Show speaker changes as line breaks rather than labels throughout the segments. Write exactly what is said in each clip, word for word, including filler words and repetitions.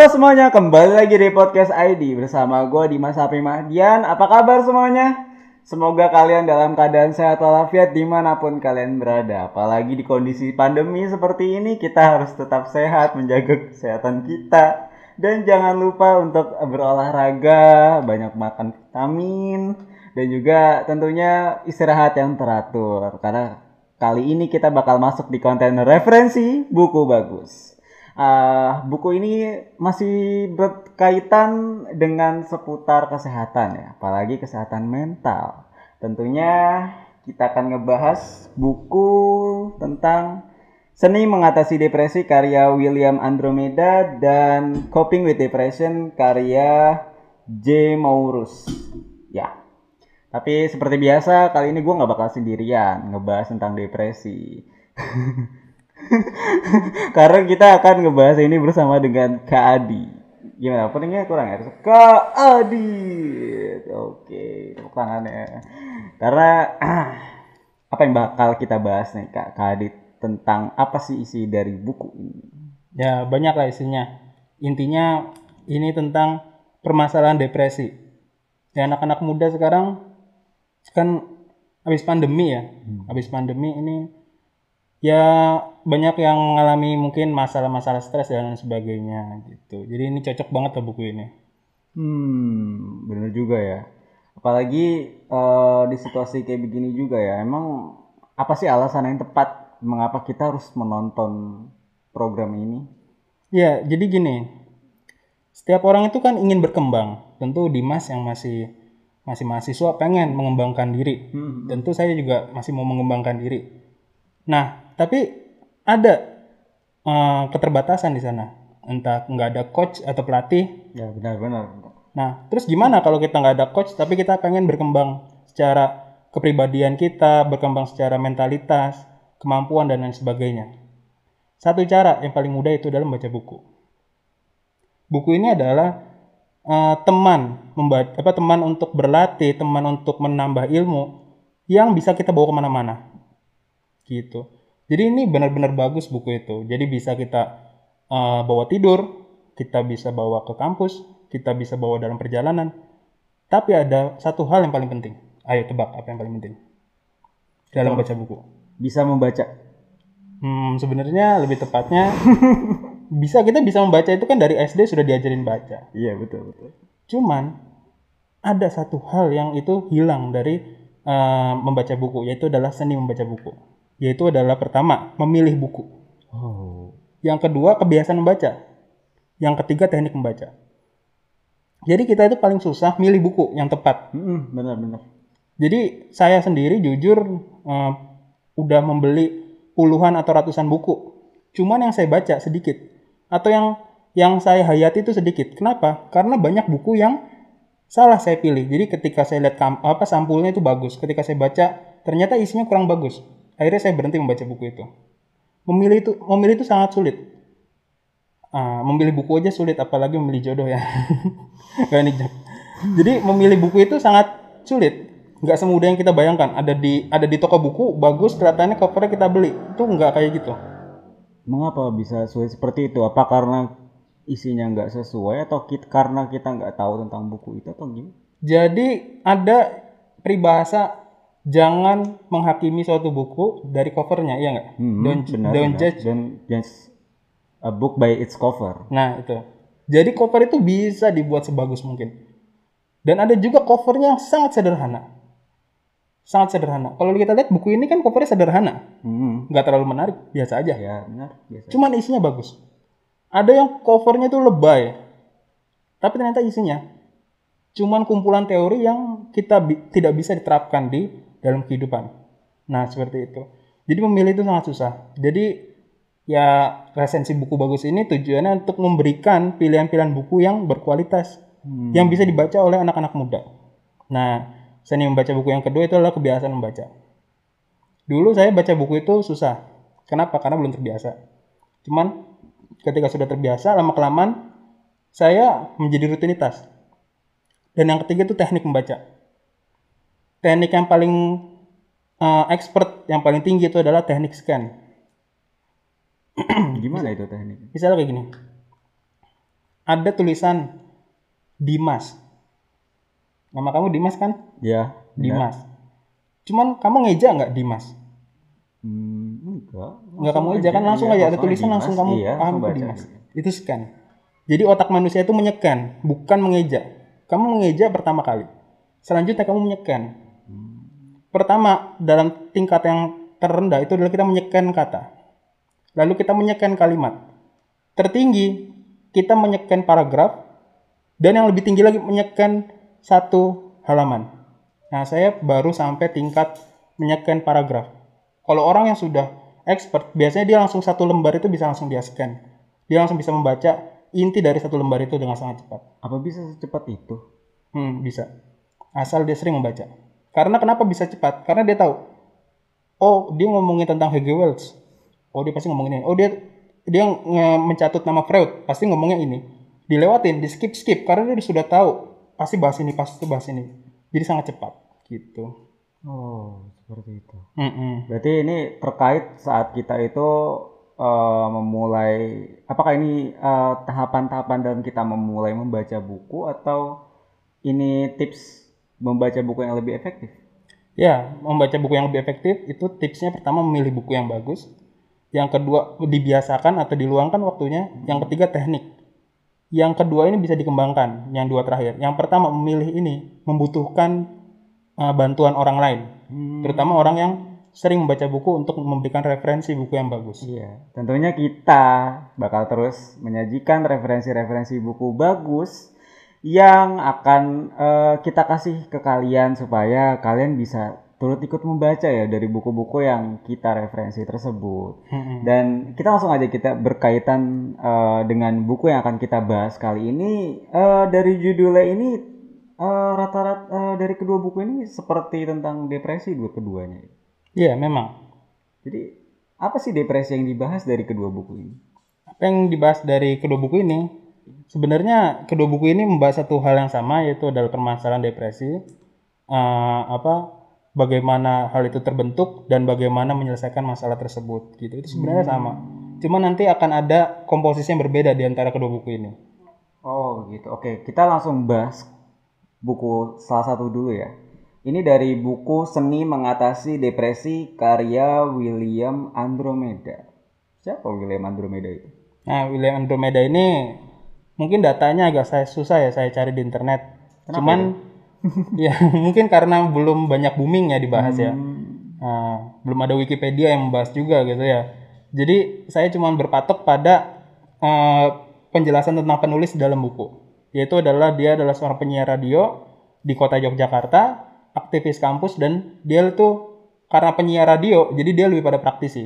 semuanya, kembali lagi di Podcast I D bersama gue Dimas Hafi Mahdian. Apa kabar semuanya? Semoga kalian dalam keadaan sehat walafiat dimanapun kalian berada. Apalagi di kondisi pandemi seperti ini, kita harus tetap sehat, menjaga kesehatan kita. Dan jangan lupa untuk berolahraga, banyak makan vitamin, dan juga tentunya istirahat yang teratur. Karena kali ini kita bakal masuk di konten referensi buku bagus. Uh, buku ini masih berkaitan dengan seputar kesehatan ya, apalagi kesehatan mental. Tentunya kita akan ngebahas buku tentang Seni Mengatasi Depresi karya William Andromeda dan Coping with Depression karya J. Maurus. Ya, tapi seperti biasa kali ini gue nggak bakal sendirian ngebahas tentang depresi. Karena kita akan ngebahas ini bersama dengan Kak Adi. Gimana? Openingnya kurang ya? Kak Adi. Oke, tepuk tangannya. Karena apa yang bakal kita bahas nih Kak, Kak Adi, tentang apa sih isi dari buku ini?
Ya banyak lah isinya. Intinya ini tentang permasalahan depresi. Ya anak-anak muda sekarang kan habis pandemi ya. Hmm. Habis pandemi ini ya banyak yang mengalami mungkin masalah-masalah stres dan lain sebagainya gitu. Jadi ini cocok banget lah buku ini.
Hmm, bener juga ya. Apalagi uh, di situasi kayak begini juga ya. Emang apa sih alasan yang tepat mengapa kita harus menonton program ini?
Ya, jadi gini. Setiap orang itu kan ingin berkembang. Tentu Dimas yang masih masih mahasiswa pengen mengembangkan diri. Hmm. Tentu saya juga masih mau mengembangkan diri. Nah, tapi ada uh, keterbatasan di sana. Entah nggak ada coach atau pelatih.
Ya benar-benar.
Nah, terus gimana kalau kita nggak ada coach tapi kita pengen berkembang secara kepribadian kita, berkembang secara mentalitas, kemampuan dan lain sebagainya. Satu cara yang paling mudah itu adalah membaca buku. Buku ini adalah uh, teman membaca, apa teman untuk berlatih, teman untuk menambah ilmu yang bisa kita bawa kemana-mana. Gitu. Jadi ini benar-benar bagus buku itu. Jadi bisa kita uh, bawa tidur, kita bisa bawa ke kampus, kita bisa bawa dalam perjalanan. Tapi ada satu hal yang paling penting. Ayo tebak apa yang paling penting dalam baca buku?
Bisa membaca.
Hmm, sebenarnya lebih tepatnya bisa kita bisa membaca itu kan dari S D sudah diajarin baca.
Iya betul betul.
Cuman ada satu hal yang itu hilang dari uh, membaca buku, yaitu adalah seni membaca buku. Yaitu adalah pertama, memilih buku.
Oh.
Yang kedua, kebiasaan membaca. Yang ketiga, teknik membaca. Jadi kita itu paling susah milih buku yang tepat.
Mm-hmm, benar-benar.
Jadi saya sendiri jujur uh, udah membeli puluhan atau ratusan buku. Cuman yang saya baca sedikit. Atau yang yang saya hayati itu sedikit. Kenapa? Karena banyak buku yang salah saya pilih. Jadi ketika saya lihat kam- apa sampulnya itu bagus. Ketika saya baca, ternyata isinya kurang bagus. Akhirnya saya berhenti membaca buku itu. Memilih itu, memilih itu sangat sulit. Uh, memilih buku aja sulit, apalagi memilih jodoh ya. Gak nih. Jadi memilih buku itu sangat sulit. Nggak semudah yang kita bayangkan. Ada di ada di toko buku bagus, kelihatannya covernya kita beli. Itu nggak kayak gitu.
Mengapa bisa sulit seperti itu? Apa karena isinya nggak sesuai atau kita, karena kita nggak tahu tentang buku itu atau gimana?
Jadi ada peribahasa jangan menghakimi suatu buku dari covernya, iya nggak?
Hmm,
don't
benar,
don't
benar.
judge
Don't judge a book by its cover.
Nah itu. Jadi cover itu bisa dibuat sebagus mungkin. Dan ada juga covernya yang sangat sederhana. Sangat sederhana. Kalau kita lihat buku ini kan covernya sederhana. Hmm. Nggak terlalu menarik, biasa aja.
Ya benar, biasa.
Cuman isinya bagus. Ada yang covernya tuh lebay. Tapi ternyata isinya cuman kumpulan teori yang kita bi- tidak bisa diterapkan di dalam kehidupan. Nah, seperti itu. Jadi memilih itu sangat susah. Jadi ya resensi buku bagus ini tujuannya untuk memberikan pilihan-pilihan buku yang berkualitas. Hmm. Yang bisa dibaca oleh anak-anak muda. Nah, seni membaca buku yang kedua itu adalah kebiasaan membaca. Dulu saya baca buku itu susah. Kenapa? Karena belum terbiasa. Cuman ketika sudah terbiasa, lama-kelamaan saya menjadi rutinitas. Dan yang ketiga itu teknik membaca. Teknik yang paling uh, expert, yang paling tinggi itu adalah teknik scan.
Gimana itu teknik?
Misalnya kayak gini. ada tulisan Dimas. Nama kamu Dimas kan?
Ya, benar.
Dimas. Cuman kamu ngeja nggak Dimas?
Hmm, enggak.
Nggak kamu ngeja kan, langsung
iya,
aja ada tulisan
Dimas,
langsung kamu
iya,
paham
langsung
itu
baca,
Dimas.
iya.
Itu scan. Jadi otak manusia itu menyekan, bukan mengeja. Kamu mengeja pertama kali. Selanjutnya kamu menyekan.
Hmm.
Pertama, dalam tingkat yang terendah itu adalah kita menyekan kata. Lalu kita menyekan kalimat. Tertinggi, kita menyekan paragraf. Dan yang lebih tinggi lagi menyekan satu halaman. Nah, saya baru sampai tingkat menyekan paragraf. Kalau orang yang sudah expert, biasanya dia langsung satu lembar itu bisa langsung dia scan. Dia langsung bisa membaca inti dari satu lembar itu dengan sangat cepat.
Apa bisa secepat itu?
Hmm, bisa. Asal dia sering membaca. Karena kenapa bisa cepat? Karena dia tahu, oh dia ngomongin tentang H G Wells. Oh dia pasti ngomongin ini. Oh dia dia nge- mencatut nama Freud. Pasti ngomongnya ini. Dilewatin, di skip skip karena dia sudah tahu pasti bahas ini, pasti bahas ini. Jadi sangat cepat gitu.
Oh, seperti itu.
Mm-mm.
Berarti ini terkait saat kita itu eh, memulai, apakah ini eh, tahapan-tahapan dalam kita memulai membaca buku atau ini tips membaca buku yang lebih efektif?
Ya, membaca buku yang lebih efektif itu tipsnya pertama memilih buku yang bagus. Yang kedua dibiasakan atau diluangkan waktunya. Yang ketiga teknik. Yang kedua ini bisa dikembangkan. Yang dua terakhir. Yang pertama memilih ini membutuhkan uh, bantuan orang lain.
Hmm.
Terutama orang yang sering membaca buku untuk memberikan referensi buku yang bagus.
Iya, tentunya kita bakal terus menyajikan referensi-referensi buku bagus yang akan eh, kita kasih ke kalian supaya kalian bisa turut ikut membaca ya dari buku-buku yang kita referensi tersebut.
Hmm.
Dan kita langsung aja kita berkaitan eh, dengan buku yang akan kita bahas kali ini. Eh, dari judulnya ini eh, rata-rata eh, dari kedua buku ini seperti tentang depresi dua keduanya.
Iya, memang.
Jadi apa sih depresi yang dibahas dari kedua buku ini?
Apa yang dibahas dari kedua buku ini? Sebenarnya kedua buku ini membahas satu hal yang sama, yaitu adalah permasalahan depresi. Uh, apa bagaimana hal itu terbentuk dan bagaimana menyelesaikan masalah tersebut gitu. Itu sebenarnya sama. Cuma nanti akan ada komposisi yang berbeda di antara kedua buku ini.
Oh gitu. Oke, kita langsung bahas buku salah satu dulu ya. Ini dari buku Seni Mengatasi Depresi karya William Andromeda. Siapa William Andromeda itu?
Nah, William Andromeda ini mungkin datanya agak saya susah ya saya cari di internet.
Kenapa
Cuman ya mungkin karena belum banyak booming ya dibahas ya.
Hmm,
Nah, belum ada Wikipedia yang membahas juga gitu ya. Jadi saya cuma berpatok pada eh, penjelasan tentang penulis dalam buku. Yaitu adalah dia adalah seorang penyiar radio di kota Yogyakarta, aktivis kampus, dan dia itu karena penyiar radio, jadi dia lebih pada praktisi.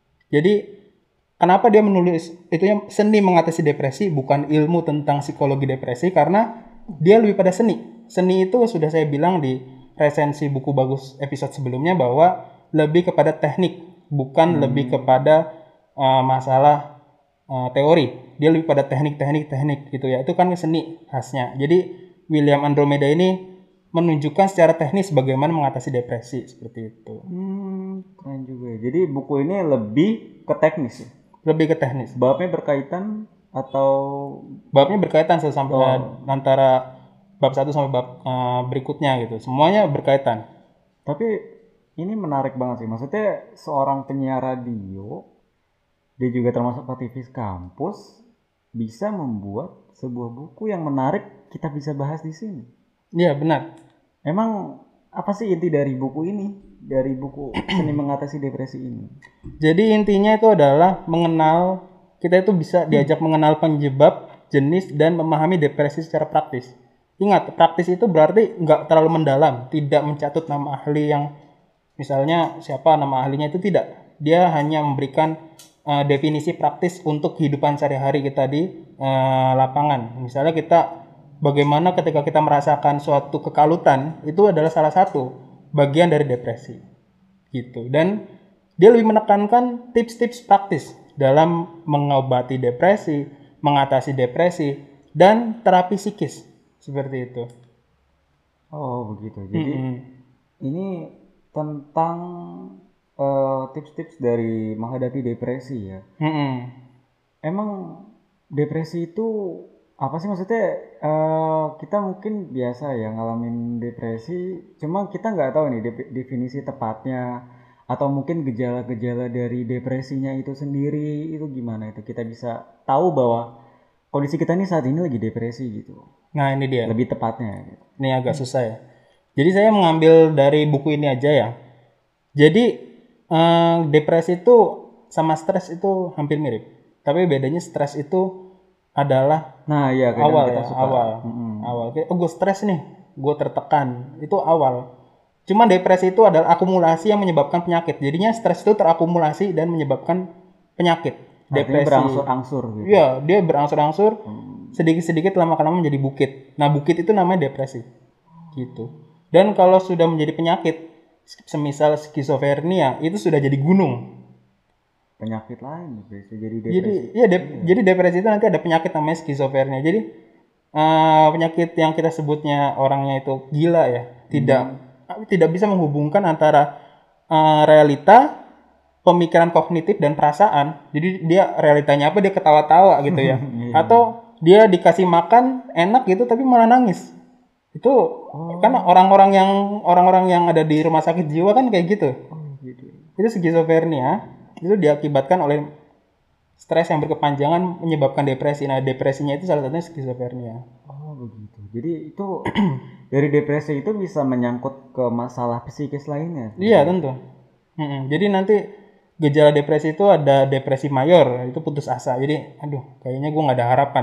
Jadi kenapa dia menulis itunya seni mengatasi depresi, bukan ilmu tentang psikologi depresi, karena dia lebih pada seni. Seni itu sudah saya bilang di resensi buku bagus episode sebelumnya bahwa lebih kepada teknik, bukan hmm. lebih kepada uh, masalah uh, teori. Dia lebih pada teknik-teknik-teknik gitu ya. Itu kan seni khasnya. Jadi William Andromeda ini menunjukkan secara teknis bagaimana mengatasi depresi seperti itu.
Hmm, keren juga. Jadi buku ini lebih ke teknis ya.
Lebih ke teknis.
Babnya berkaitan atau
babnya berkaitan sampai
oh.
antara bab satu sampai bab uh, berikutnya gitu. Semuanya berkaitan.
Tapi ini menarik banget sih. Maksudnya seorang penyiar radio, dia juga termasuk aktivis kampus, bisa membuat sebuah buku yang menarik kita bisa bahas di sini.
Iya, benar.
Emang apa sih inti dari buku ini? Dari buku Seni Mengatasi Depresi ini?
Jadi intinya itu adalah mengenal, kita itu bisa diajak mengenal penyebab, jenis, dan memahami depresi secara praktis. Ingat, praktis itu berarti nggak terlalu mendalam, tidak mencatut nama ahli yang misalnya siapa nama ahlinya itu tidak. Dia hanya memberikan uh, definisi praktis untuk kehidupan sehari-hari kita di uh, lapangan. Misalnya kita bagaimana ketika kita merasakan suatu kekalutan, itu adalah salah satu bagian dari depresi. Gitu. Dan dia lebih menekankan tips-tips praktis dalam mengobati depresi, mengatasi depresi, dan terapi psikis. Seperti itu.
Oh begitu. Jadi
mm-hmm.
ini tentang uh, tips-tips dari menghadapi depresi ya.
Mm-hmm.
Emang depresi itu apa sih maksudnya, eh, kita mungkin biasa ya ngalamin depresi, cuma kita nggak tahu nih dep- definisi tepatnya atau mungkin gejala-gejala dari depresinya itu sendiri itu gimana itu kita bisa tahu bahwa kondisi kita ini saat ini lagi depresi gitu,
Nah ini dia,
lebih tepatnya gitu.
ini agak susah ya. Jadi saya mengambil dari buku ini aja ya. Jadi eh, depresi itu sama stres itu hampir mirip. Tapi bedanya stres itu adalah
Nah ya kadang
awal
kita
ya,
suka
awal.
mm-mm.
Awal. Kayak, oh gue stres nih, gue tertekan. Itu awal. Cuma depresi itu adalah akumulasi yang menyebabkan penyakit. Jadinya stres itu terakumulasi dan menyebabkan penyakit.
Artinya
Depresi.
berangsur-angsur gitu.
Iya, dia berangsur-angsur.
Hmm.
Sedikit-sedikit lama-lama menjadi bukit. Nah, bukit itu namanya depresi. Gitu. Dan kalau sudah menjadi penyakit, semisal skizofrenia, itu sudah jadi gunung.
Penyakit lain bisa jadi depresi.
Jadi, ya dep- iya. Jadi depresi itu nanti ada penyakit namanya skizofrenia. Jadi uh, penyakit yang kita sebutnya orangnya itu gila ya, tidak hmm. tidak bisa menghubungkan antara uh, realita, pemikiran kognitif dan perasaan. Jadi dia realitanya apa, dia ketawa-tawa gitu ya. Atau dia dikasih makan enak gitu tapi malah nangis. Itu oh. Kan orang-orang yang orang-orang yang ada di rumah sakit jiwa kan kayak gitu.
Oh, gitu.
Itu skizofrenia. Itu diakibatkan oleh stres yang berkepanjangan menyebabkan depresi. Nah, depresinya itu salah satunya skizofrenia.
Oh, begitu. Jadi itu dari depresi itu bisa menyangkut ke masalah psikis lainnya.
Iya, tentu. Hmm, jadi nanti gejala depresi itu ada depresi mayor, itu putus asa. Jadi, aduh, kayaknya gue nggak ada harapan.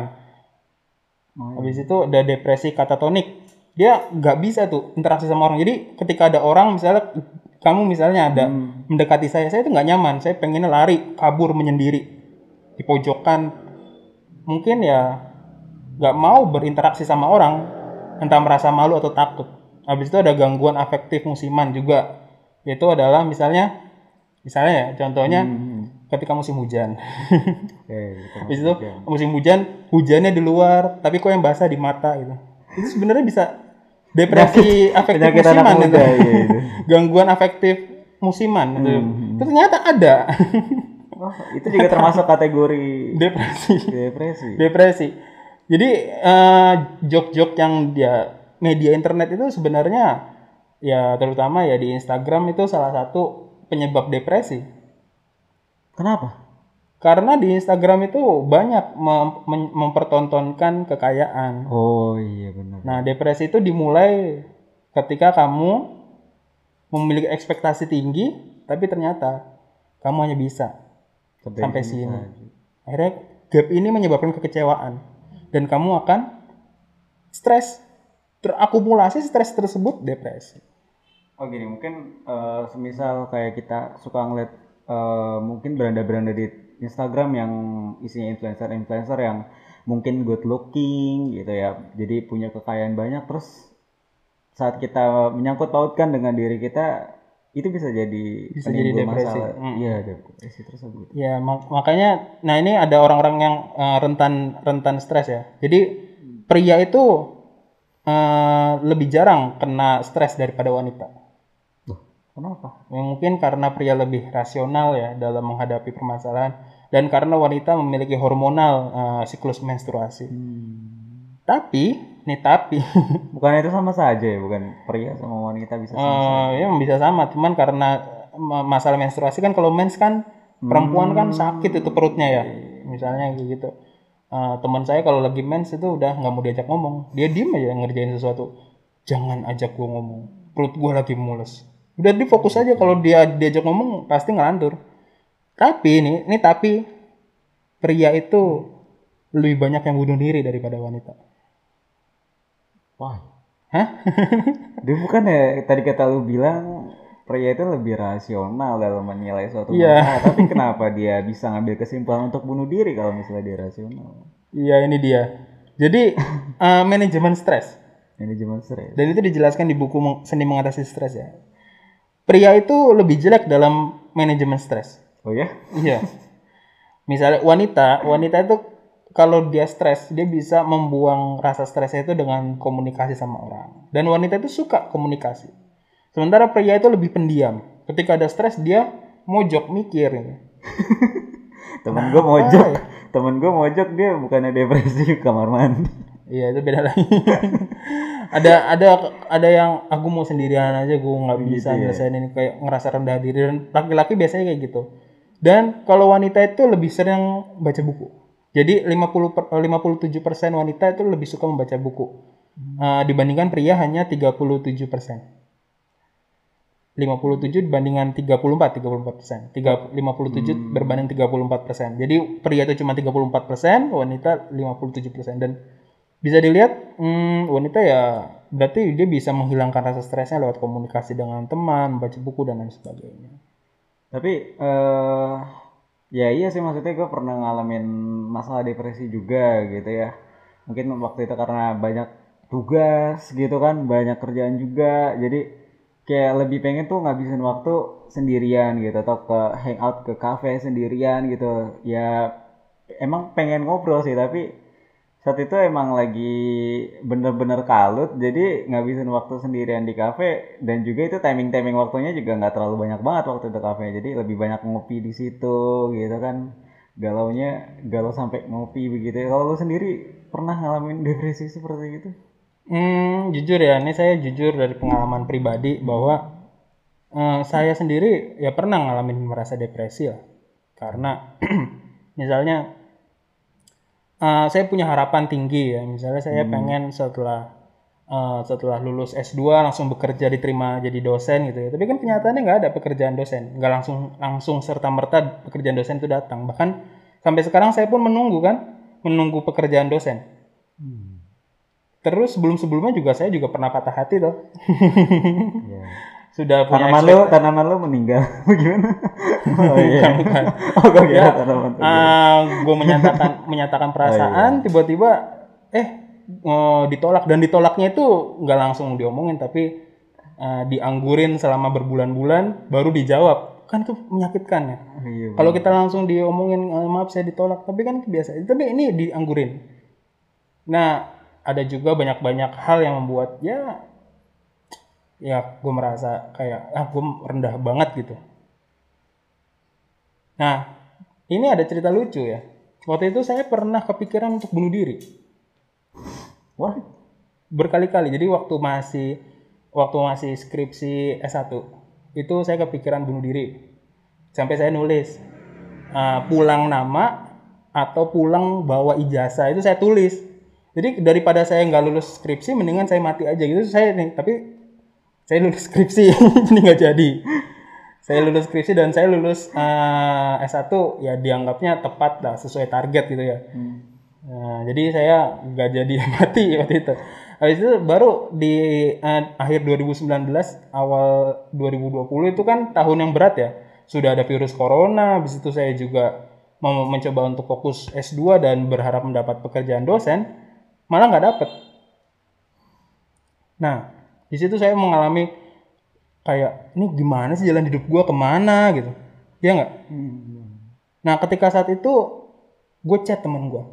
Oh, iya. Habis itu ada depresi katatonik. Dia nggak bisa tuh interaksi sama orang. Jadi ketika ada orang misalnya kamu misalnya ada hmm. mendekati saya, saya itu nggak nyaman. Saya pengennya lari, kabur, menyendiri di pojokan. Mungkin ya nggak mau berinteraksi sama orang, entah merasa malu atau takut. Habis itu ada gangguan afektif musiman juga. Itu adalah misalnya, misalnya ya contohnya hmm. ketika musim hujan.
Okay,
Habis itu hujan. musim hujan, hujannya di luar, tapi kok yang basah di mata gitu. Itu sebenarnya bisa depresi afektif musiman itu. Ya, itu. Gangguan afektif musiman itu. Hmm. Itu ternyata ada.
Oh, itu juga termasuk kategori
depresi.
Depresi.
Depresi. Jadi uh, jok-jok yang dia media internet itu sebenarnya ya terutama ya di Instagram itu salah satu penyebab depresi.
Kenapa?
Karena di Instagram itu banyak mem- mem- mempertontonkan kekayaan.
Oh iya benar.
Nah, depresi itu dimulai ketika kamu memiliki ekspektasi tinggi, tapi ternyata kamu hanya bisa sampai, sampai sini. Saja. Akhirnya gap ini menyebabkan kekecewaan dan kamu akan stres, terakumulasi stres tersebut depresi.
Oh gini, mungkin uh, semisal kayak kita suka ngeliat uh, mungkin beranda-beranda di Instagram yang isinya influencer-influencer yang mungkin good looking gitu ya, jadi punya kekayaan banyak, terus saat kita menyangkut pautkan dengan diri kita itu bisa jadi
bisa jadi depresi.
Iya, hmm. depresi tersebut.
Ya mak- makanya, nah ini ada orang-orang yang uh, rentan rentan stres ya. Jadi pria itu uh, lebih jarang kena stres daripada wanita.
Loh, kenapa?
Ya, mungkin karena pria lebih rasional ya dalam menghadapi permasalahan dan karena wanita memiliki hormonal uh, siklus menstruasi. Hmm. Tapi, nih tapi
bukan itu sama saja ya, bukan pria sama wanita bisa sama
uh,
saja.
Ya bisa sama, cuman karena masalah menstruasi kan kalau mens kan perempuan hmm. kan sakit itu perutnya ya, misalnya gitu. Uh, teman saya kalau lagi mens itu udah nggak mau diajak ngomong, dia diem aja ngerjain sesuatu. Jangan ajak gua ngomong, perut gua lagi mules. Udah dia fokus aja, kalau dia diajak ngomong pasti ngelantur. Tapi nih, ini tapi pria itu lebih banyak yang bunuh diri daripada wanita.
Wah,
hah?
Dia bukan ya tadi kata lu bilang pria itu lebih rasional dalam menilai suatu
yeah.
masalah, tapi kenapa dia bisa ngambil kesimpulan untuk bunuh diri kalau misalnya dia rasional?
Iya, ini dia. Jadi uh, manajemen stres.
Manajemen stres.
Dan itu dijelaskan di buku Seni Mengatasi Stres ya. Pria itu lebih jelek dalam manajemen stres.
Oh ya?
Iya. Misalnya wanita, wanita itu kalau dia stres, dia bisa membuang rasa stresnya itu dengan komunikasi sama orang. Dan wanita itu suka komunikasi. Sementara pria itu lebih pendiam. Ketika ada stres, dia mojok mikir.
Temen gue mojok. Ya? Temen gue mojok dia bukannya depresi kamar mandi.
Iya itu beda lagi. ada ada ada yang aku mau sendirian aja, gue nggak bisa
Gitu ya.
nyelesain ini, kayak ngerasa rendah diri. Dan laki-laki biasanya kayak gitu. Dan kalau wanita itu lebih sering baca buku. Jadi lima puluh per, lima puluh tujuh persen wanita itu lebih suka membaca buku. Uh, dibandingkan pria hanya tiga puluh tujuh persen. lima puluh tujuh dibandingkan tiga puluh empat, tiga puluh empat persen. lima puluh tujuh hmm. berbanding tiga puluh empat persen. Jadi pria itu cuma tiga puluh empat persen, wanita lima puluh tujuh persen. Dan bisa dilihat hmm, wanita ya berarti dia bisa menghilangkan rasa stresnya lewat komunikasi dengan teman, baca buku dan lain sebagainya.
Tapi uh, ya iya sih, maksudnya gue pernah ngalamin masalah depresi juga gitu ya. Mungkin waktu itu karena banyak tugas gitu kan, banyak kerjaan juga, jadi kayak lebih pengen tuh ngabisin waktu sendirian gitu, atau ke hangout ke cafe sendirian gitu. Ya emang pengen ngobrol sih, tapi saat itu emang lagi bener-bener kalut, jadi ngabisin waktu sendirian di cafe. Dan juga itu timing-timing waktunya juga nggak terlalu banyak banget waktu itu cafe, jadi lebih banyak ngopi di situ gitu kan. Galaunya galau sampai ngopi begitu. Kalau lu sendiri pernah ngalamin depresi seperti itu?
Hmm, jujur ya, ini saya jujur dari pengalaman pribadi bahwa eh, saya sendiri ya pernah ngalamin merasa depresi lah. Karena misalnya uh, saya punya harapan tinggi ya, misalnya saya hmm. pengen setelah uh, setelah lulus S dua langsung bekerja, diterima jadi dosen gitu ya. Tapi kan kenyataannya nggak ada pekerjaan dosen, nggak langsung langsung serta merta pekerjaan dosen itu datang. Bahkan sampai sekarang saya pun menunggu kan, menunggu pekerjaan dosen. Hmm. Terus sebelum-sebelumnya juga saya juga pernah patah hati loh.
Yeah.
Sudah punya
tanaman lu, tanaman lu meninggal bagaimana?
Oh iya. Bukan.
Oh, gue kira
ya,
tanaman.
Uh, gue menyatakan menyatakan perasaan, oh, iya. Tiba-tiba eh uh, ditolak, dan ditolaknya itu nggak langsung diomongin, tapi uh, dianggurin selama berbulan-bulan baru dijawab. Kan itu menyakitkan ya. Oh, iya, kalau kita langsung diomongin uh, maaf saya ditolak, tapi kan biasa. Tapi ini dianggurin. Nah, ada juga banyak-banyak hal yang membuat ya ya gue merasa kayak ah gue rendah banget gitu. Nah, ini ada cerita lucu ya. Waktu itu saya pernah kepikiran untuk bunuh diri. Wah, berkali-kali. Jadi waktu masih waktu masih skripsi S satu itu saya kepikiran bunuh diri. Sampai saya nulis uh, pulang nama atau pulang bawa ijazah, itu saya tulis. Jadi daripada saya nggak lulus skripsi, mendingan saya mati aja gitu. Saya nih, tapi saya lulus skripsi, ini nggak jadi. Saya lulus skripsi dan saya lulus uh, S satu ya dianggapnya tepat lah, sesuai target gitu ya. Hmm. Nah, jadi saya nggak jadi mati waktu itu. Habis itu baru di uh, akhir dua ribu sembilan belas, awal dua ribu dua puluh itu kan tahun yang berat ya. Sudah ada virus corona, habis itu saya juga mau mencoba untuk fokus S dua dan berharap mendapat pekerjaan dosen. Malah nggak dapet. Nah, di situ saya mengalami kayak ini gimana sih jalan hidup gue kemana gitu, ya nggak? Hmm. Nah, ketika saat itu gue chat teman gue,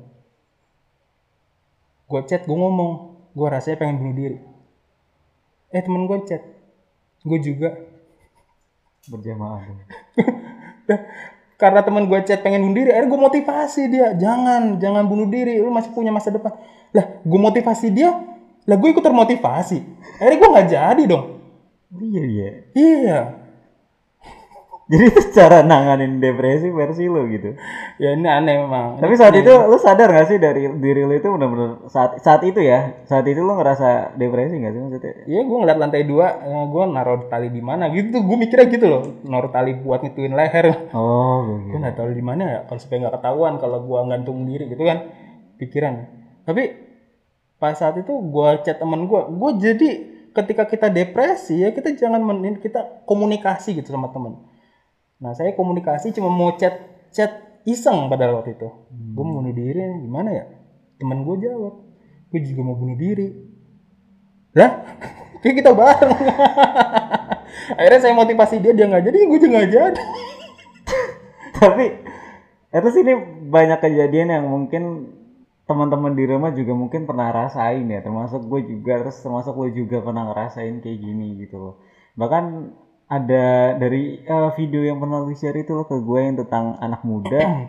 gue chat, gue ngomong, gue rasanya pengen bunuh diri. Eh teman gue chat, gue juga
berjamaah.
Karena teman gue chat pengen bunuh diri, akhirnya gue motivasi dia, jangan, jangan bunuh diri, lu masih punya masa depan. Lah, gue motivasi dia, lah gue ikut termotivasi. Akhirnya gue nggak jadi dong.
Iya iya.
Iya.
Jadi itu cara nanganin depresi versi lo gitu.
Ya ini aneh memang.
Tapi saat itu lu sadar nggak sih dari diri lo itu benar-benar saat saat itu ya, saat itu lo ngerasa depresi nggak sih maksudnya?
Iya, gue ngeliat lantai dua, gue naruh tali di mana gitu, gue mikirnya gitu loh, naruh tali buat ngituin leher.
Oh, gue
nggak tahu di mana ya, kalau supaya nggak ketahuan kalau gue gantung diri gitu kan, pikiran. Tapi pas saat itu gue chat temen gue, gue jadi ketika kita depresi ya kita jangan menin, kita komunikasi gitu sama temen. Nah, saya komunikasi cuma mau chat chat iseng padahal waktu itu. Hmm. Gue mau bunuh diri, gimana ya? Temen gue jawab, gue juga mau bunuh diri. Lah, kayak kita bareng. Akhirnya saya motivasi dia, dia nggak jadi, gue juga nggak jadi.
Tapi itu sih ini banyak kejadian yang mungkin teman-teman di rumah juga mungkin pernah rasain ya, termasuk gue juga, terus termasuk lo juga pernah ngerasain kayak gini gitu loh. Bahkan ada dari uh, video yang pernah lu share itu loh ke gue yang tentang anak muda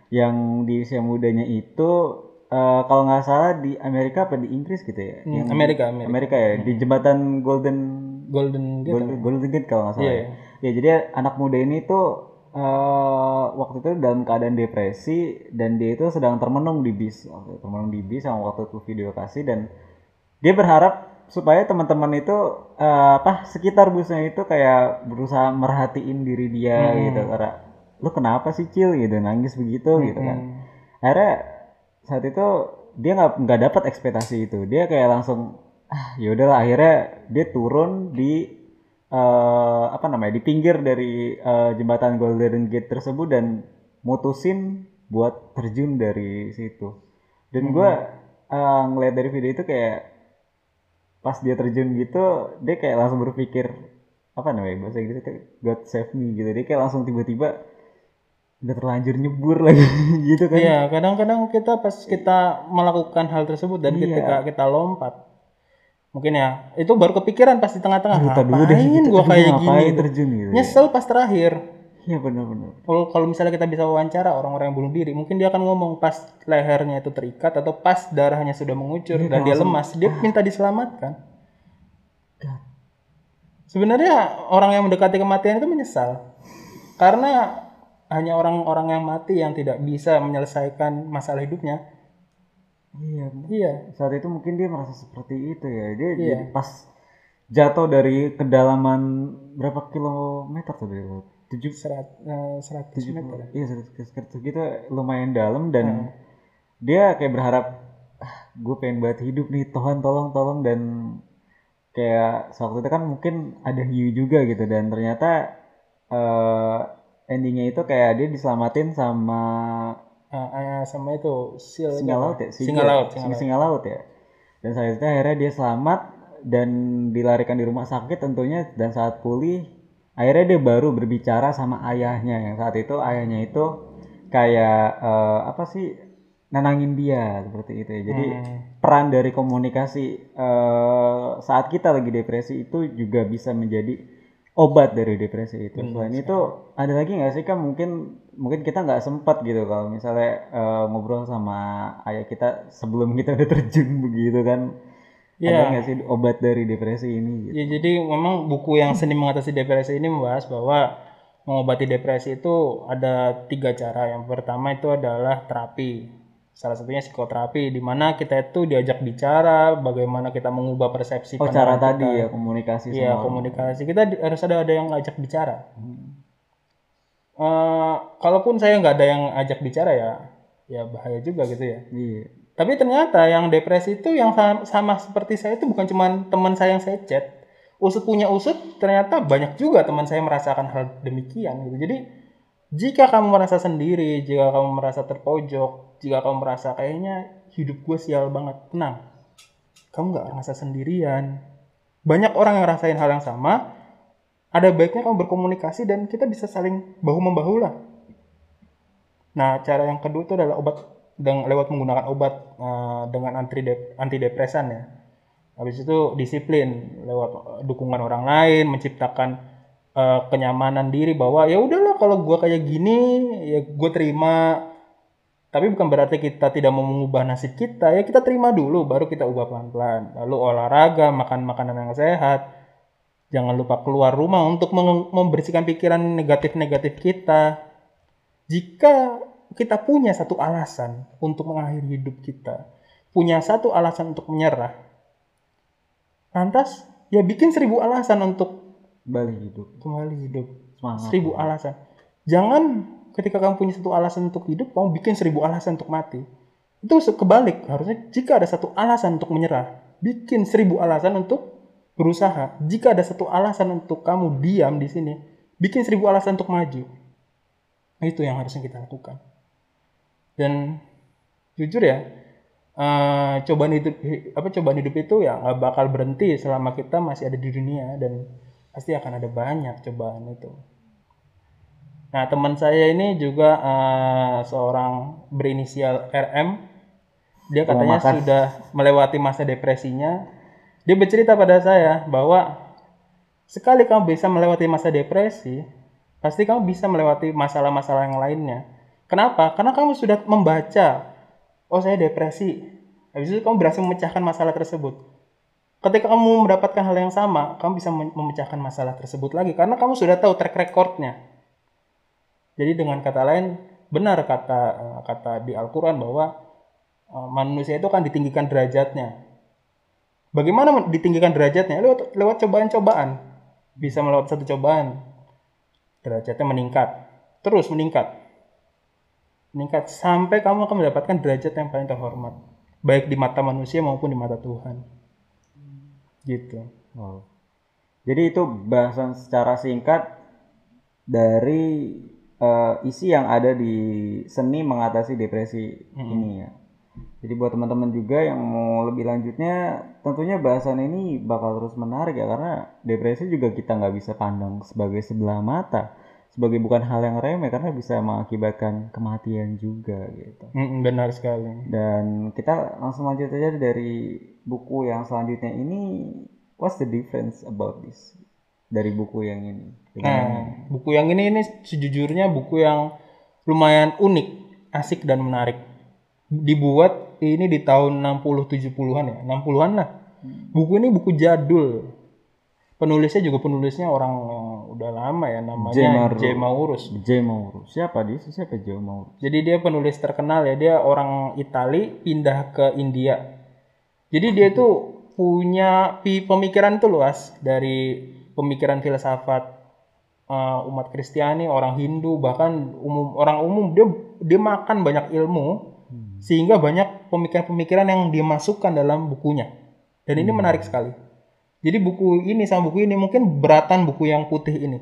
yang di usia mudanya itu uh, kalau nggak salah di Amerika apa di Inggris gitu ya?
Hmm,
yang
Amerika, Amerika.
Amerika ya, hmm. di jembatan Golden
Golden Gate.
Golden, Golden Gate kalau nggak salah.
Iya.
Ya. Ya jadi anak muda ini tuh uh, waktu itu dalam keadaan depresi dan dia itu sedang termenung di bis, termenung di bis yang waktu itu video kasih dan dia berharap supaya teman-teman itu uh, apa sekitar busnya itu kayak berusaha merhatiin diri dia hmm. gitu karena lu kenapa sih Cil gitu nangis begitu hmm. gitu kan akhirnya saat itu dia nggak nggak dapat ekspektasi itu dia kayak langsung ah ya udahlah akhirnya dia turun di uh, apa namanya di pinggir dari uh, jembatan Golden Gate tersebut dan mutusin buat terjun dari situ dan hmm. gue uh, ngeliat dari video itu kayak pas dia terjun gitu dia kayak langsung berpikir apa namanya bahasa Inggris itu God save me gitu dia kayak langsung tiba-tiba udah terlanjur nyebur lagi gitu kan.
Iya, kadang-kadang kita pas kita melakukan hal tersebut dan iya. ketika kita lompat mungkin ya itu baru kepikiran pas di tengah-tengah ngapain gue kayak gini
terjun gitu
nyesel
ya.
Pas terakhir.
Iya benar-benar.
Kalau kalau misalnya kita bisa wawancara orang-orang yang bunuh diri, mungkin dia akan ngomong pas lehernya itu terikat atau pas darahnya sudah mengucur dia dan dia lemas, dia ah. minta diselamatkan. God. Sebenarnya orang yang mendekati kematian itu menyesal. Karena hanya orang-orang yang mati yang tidak bisa menyelesaikan masalah hidupnya.
Iya.
Iya.
Saat itu mungkin dia merasa seperti itu ya. Dia
iya.
jadi pas jatuh dari kedalaman berapa kilometer tuh dia? tujuh
seratus meter.
Iya, seratus gitu lumayan dalam dan hmm. dia kayak berharap ah, gue pengen banget hidup nih, Tuhan tolong tolong dan kayak waktu itu kan mungkin ada hiu juga gitu dan ternyata uh, endingnya itu kayak dia diselamatin sama
uh, uh, sama itu sil
singa laut ya,
singa laut,
singa, singa laut ya. Dan saat itu akhirnya dia selamat dan dilarikan di rumah sakit tentunya dan saat pulih akhirnya dia baru berbicara sama ayahnya yang saat itu ayahnya itu kayak uh, apa sih nenangin dia seperti itu ya. Jadi hmm. peran dari komunikasi uh, saat kita lagi depresi itu juga bisa menjadi obat dari depresi itu. Hmm, Selain sekali. Itu ada lagi nggak sih kan mungkin mungkin kita nggak sempat gitu kalau misalnya uh, ngobrol sama ayah kita sebelum kita udah terjun begitu kan. Ya. Ada nggak sih obat dari depresi ini? Gitu?
Ya jadi memang buku yang Seni Mengatasi Depresi ini membahas bahwa mengobati depresi itu ada tiga cara. Yang pertama itu adalah terapi. Salah satunya psikoterapi, di mana kita itu diajak bicara, bagaimana kita mengubah persepsi.
Oh cara kita. Tadi ya komunikasi.
Iya komunikasi. Kita di, harus ada ada yang ngajak bicara. Hmm. Uh, kalaupun saya nggak ada yang ajak bicara ya, ya bahaya juga gitu ya.
Iya.
Tapi ternyata yang depresi itu yang sama, sama seperti saya itu bukan cuma teman saya yang saya chat. Usut punya usut, ternyata banyak juga teman saya merasakan hal demikian gitu. Jadi jika kamu merasa sendiri, jika kamu merasa terpojok, jika kamu merasa kayaknya hidup gue sial banget, tenang. Kamu gak merasa sendirian. Banyak orang yang rasain hal yang sama. Ada baiknya kamu berkomunikasi dan kita bisa saling bahu-membahu lah. Nah, cara yang kedua itu adalah obat. Dengan lewat menggunakan obat uh, dengan antidepresan ya. Habis itu disiplin lewat dukungan orang lain, menciptakan uh, kenyamanan diri bahwa ya udahlah kalau gue kayak gini ya gue terima. Tapi bukan berarti kita tidak mau mengubah nasib kita, ya kita terima dulu baru kita ubah pelan-pelan. Lalu olahraga, makan makanan yang sehat. Jangan lupa keluar rumah untuk membersihkan pikiran negatif-negatif kita. Jika kita punya satu alasan untuk mengakhiri hidup kita, punya satu alasan untuk menyerah, lantas ya bikin seribu alasan untuk
kembali hidup.
Kembali hidup.
Semangat.
Seribu ya. alasan. Jangan ketika kamu punya satu alasan untuk hidup, kamu bikin seribu alasan untuk mati. Itu kebalik. Harusnya jika ada satu alasan untuk menyerah, bikin seribu alasan untuk berusaha. Jika ada satu alasan untuk kamu diam di sini, bikin seribu alasan untuk maju. Itu yang harusnya kita lakukan. Dan jujur ya, uh, cobaan hidup apa cobaan hidup itu ya nggak bakal berhenti selama kita masih ada di dunia dan pasti akan ada banyak cobaan itu. Nah teman saya ini juga uh, seorang berinisial R M, dia katanya Makan. sudah melewati masa depresinya. Dia bercerita pada saya bahwa sekali kamu bisa melewati masa depresi, pasti kamu bisa melewati masalah-masalah yang lainnya. Kenapa? Karena kamu sudah membaca, oh saya depresi. Habis itu kamu berhasil memecahkan masalah tersebut. Ketika kamu mendapatkan hal yang sama, kamu bisa memecahkan masalah tersebut lagi karena kamu sudah tahu track recordnya. Jadi dengan kata lain, benar kata kata di Al-Quran bahwa manusia itu kan ditinggikan derajatnya. Bagaimana ditinggikan derajatnya? Lewat, lewat cobaan-cobaan. Bisa melewati satu cobaan, derajatnya meningkat, terus meningkat. Meningkat sampai kamu akan mendapatkan derajat yang paling terhormat, baik di mata manusia maupun di mata Tuhan. Gitu.
Wow. Jadi itu bahasan secara singkat dari uh, isi yang ada di seni mengatasi depresi hmm. ini ya. Jadi buat teman-teman juga yang mau lebih lanjutnya, tentunya bahasan ini bakal terus menarik ya, karena depresi juga kita nggak bisa pandang sebagai sebelah mata, sebagai bukan hal yang remeh, karena bisa mengakibatkan kematian juga gitu.
Mm, benar sekali.
Dan kita langsung lanjut aja dari buku yang selanjutnya ini. What's the difference about this dari buku yang ini?
Nah, buku yang ini ini sejujurnya buku yang lumayan unik, asik dan menarik. Dibuat ini di tahun enam puluh tujuh puluhan ya, enam puluhan lah. Hmm. Buku ini buku jadul. Penulisnya juga penulisnya orang udah lama ya, namanya J. Maurus.
J. Maurus. Siapa dia? Siapa J. Maurus?
Jadi dia penulis terkenal ya, dia orang Itali pindah ke India. Jadi dia itu punya pemikiran itu luas, dari pemikiran filsafat uh, umat Kristiani, orang Hindu, bahkan umum orang umum. Dia dia makan banyak ilmu. Hmm. Sehingga banyak pemikiran-pemikiran yang dimasukkan dalam bukunya. Dan ini hmm. menarik sekali. Jadi buku ini sama buku ini mungkin beratan buku yang putih ini.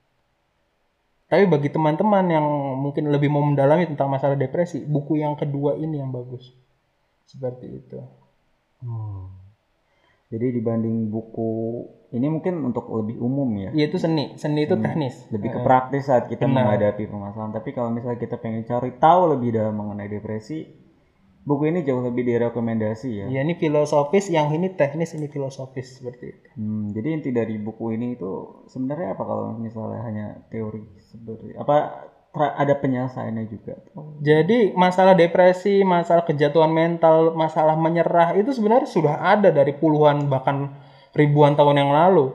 Tapi bagi teman-teman yang mungkin lebih mau mendalami tentang masalah depresi, buku yang kedua ini yang bagus. Seperti itu.
Hmm. Jadi dibanding buku ini mungkin untuk lebih umum ya.
Iya, itu seni. Seni itu teknis.
Lebih ke praktis saat kita Benar. menghadapi permasalahan. Tapi kalau misalnya kita pengen cari tahu lebih dalam mengenai depresi, buku ini jauh lebih direkomendasi ya.
Iya, ini filosofis, yang ini teknis, ini filosofis seperti itu.
Hmm, jadi inti dari buku ini itu sebenarnya apa kalau misalnya hanya teori seperti apa ada penyelesaiannya juga?
Jadi masalah depresi, masalah kejatuhan mental, masalah menyerah itu sebenarnya sudah ada dari puluhan bahkan ribuan tahun yang lalu.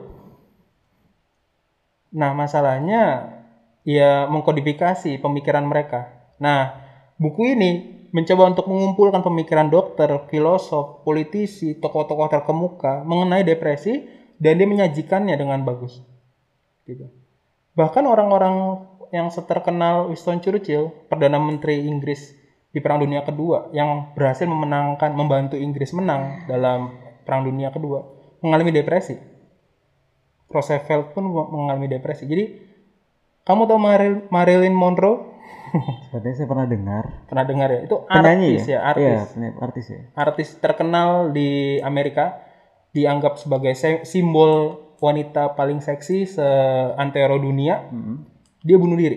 Nah, masalahnya ya mengkodifikasi pemikiran mereka. Nah, buku ini mencoba untuk mengumpulkan pemikiran dokter, filosof, politisi, tokoh-tokoh terkemuka mengenai depresi, dan dia menyajikannya dengan bagus. Gitu. Bahkan orang-orang yang seterkenal Winston Churchill, Perdana Menteri Inggris di Perang Dunia Kedua, yang berhasil memenangkan, membantu Inggris menang dalam Perang Dunia Kedua, mengalami depresi. Roosevelt pun mengalami depresi. Jadi, kamu tahu Marilyn Monroe?
Sepertinya saya pernah dengar.
Pernah dengar ya? Itu
Penyanyi
artis ya, ya artis.
Iya, artis ya.
Artis terkenal di Amerika, dianggap sebagai simbol wanita paling seksi seantero dunia. Mm-hmm. Dia bunuh diri.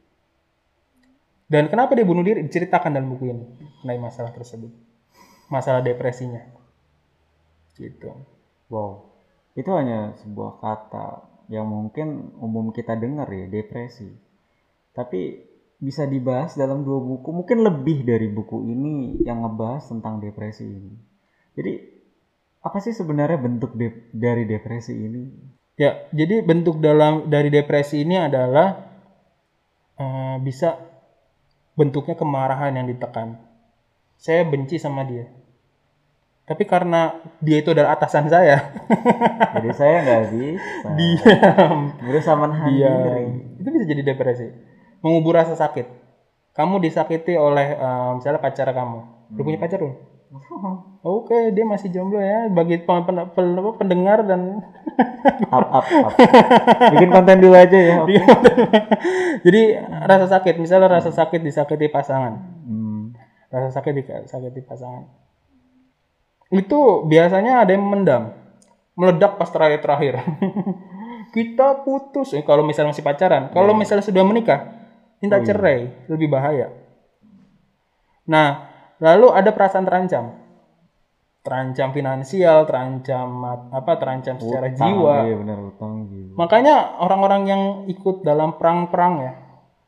Dan kenapa dia bunuh diri? Diceritakan dalam buku ini mengenai masalah tersebut. Masalah depresinya. Gitu.
Wow. Itu hanya sebuah kata yang mungkin umum kita dengar ya, depresi. Tapi bisa dibahas dalam dua buku, mungkin lebih dari buku ini yang ngebahas tentang depresi ini. Jadi apa sih sebenarnya bentuk de- dari depresi ini?
Ya, jadi bentuk dalam dari depresi ini adalah uh, bisa bentuknya kemarahan yang ditekan. Saya benci sama dia, tapi karena dia itu adalah atasan saya,
jadi saya nggak bisa
diam,
berusaha menahan diri.
Itu bisa jadi depresi. Mengubur rasa sakit. Kamu disakiti oleh uh, misalnya pacar kamu. Udah hmm. punya pacar loh? Oke, okay, dia masih jomblo ya. Bagi pen- pen- pen- pendengar dan
up, up, up. Bikin konten dulu aja ya. Okay.
Jadi rasa sakit, misalnya rasa sakit disakiti pasangan. Hmm. Rasa sakit disakiti pasangan. Itu biasanya ada yang mendam, meledak pas terakhir-terakhir. Kita putus. Eh, kalau misalnya masih pacaran, kalau hmm. misalnya sudah menikah, minta cerai, oh, iya. lebih bahaya. Nah, lalu ada perasaan terancam. Terancam finansial, terancam apa? Terancam secara utang, jiwa.
Iya benar, utang jiwa.
Makanya orang-orang yang ikut dalam perang-perang ya,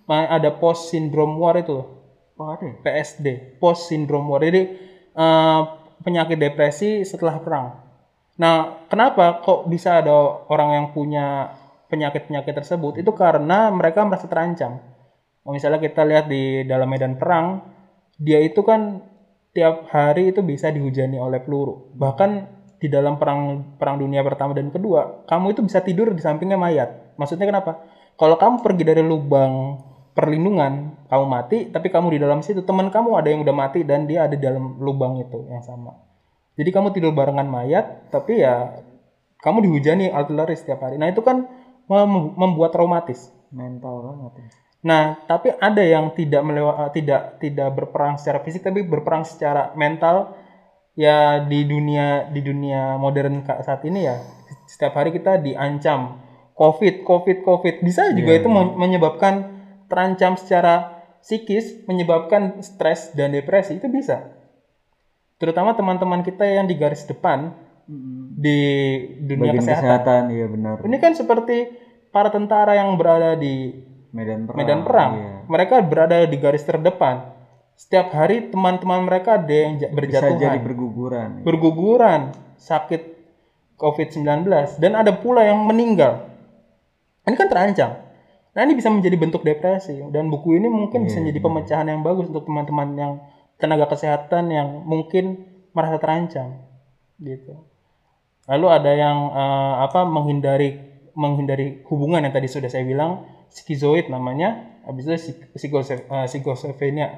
Ma- ada post syndrome war itu loh.
Oh ada ya?
P S D, post syndrome war. Jadi eh, penyakit depresi setelah perang. Nah, kenapa kok bisa ada orang yang punya penyakit-penyakit tersebut? Itu karena mereka merasa terancam. Kalau misalnya kita lihat di dalam medan perang, dia itu kan tiap hari itu bisa dihujani oleh peluru. Bahkan di dalam perang perang dunia pertama dan kedua, kamu itu bisa tidur di sampingnya mayat. Maksudnya kenapa? Kalau kamu pergi dari lubang perlindungan, kamu mati, tapi kamu di dalam situ, teman kamu ada yang udah mati dan dia ada di dalam lubang itu yang sama. Jadi kamu tidur barengan mayat, tapi ya kamu dihujani artileri setiap hari. Nah itu kan mem- membuat traumatis.
Mental banget ya.
Nah, tapi ada yang tidak melewa, tidak tidak berperang secara fisik, tapi berperang secara mental. Ya di dunia di dunia modern ka- saat ini ya, setiap hari kita diancam COVID, COVID, COVID. Bisa juga
Iya,
itu
iya.
men- menyebabkan terancam secara psikis, menyebabkan stres dan depresi itu bisa. Terutama teman-teman kita yang di garis depan di dunia
Bagian
kesehatan.
kesehatan, iya benar.
Ini kan seperti para tentara yang berada di
Medan perang.
medan perang.
Iya.
Mereka berada di garis terdepan. Setiap hari teman-teman mereka ada yang ja-
Bisa
berjatuhan,
jadi berguguran. Iya.
berguguran, sakit covid sembilan belas, dan ada pula yang meninggal. Ini kan terancam. Nah ini bisa menjadi bentuk depresi, dan buku ini mungkin bisa
Iya,
menjadi
benar.
pemecahan yang bagus untuk teman-teman yang tenaga kesehatan yang mungkin merasa terancam gitu. Lalu ada yang eh, apa menghindari menghindari hubungan yang tadi sudah saya bilang, skizoid namanya. Habis itu psik- psikose- eh, psikosofrenia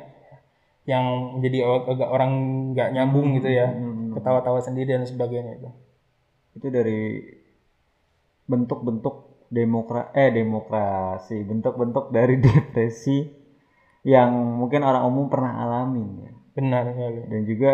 yang jadi ag- agak orang nggak nyambung gitu ya,
hmm.
ketawa-tawa sendiri dan sebagainya itu.
Itu dari bentuk-bentuk demokra eh demokrasi, bentuk-bentuk dari depresi yang mungkin orang umum pernah alami ya.
Benar sekali.
Dan juga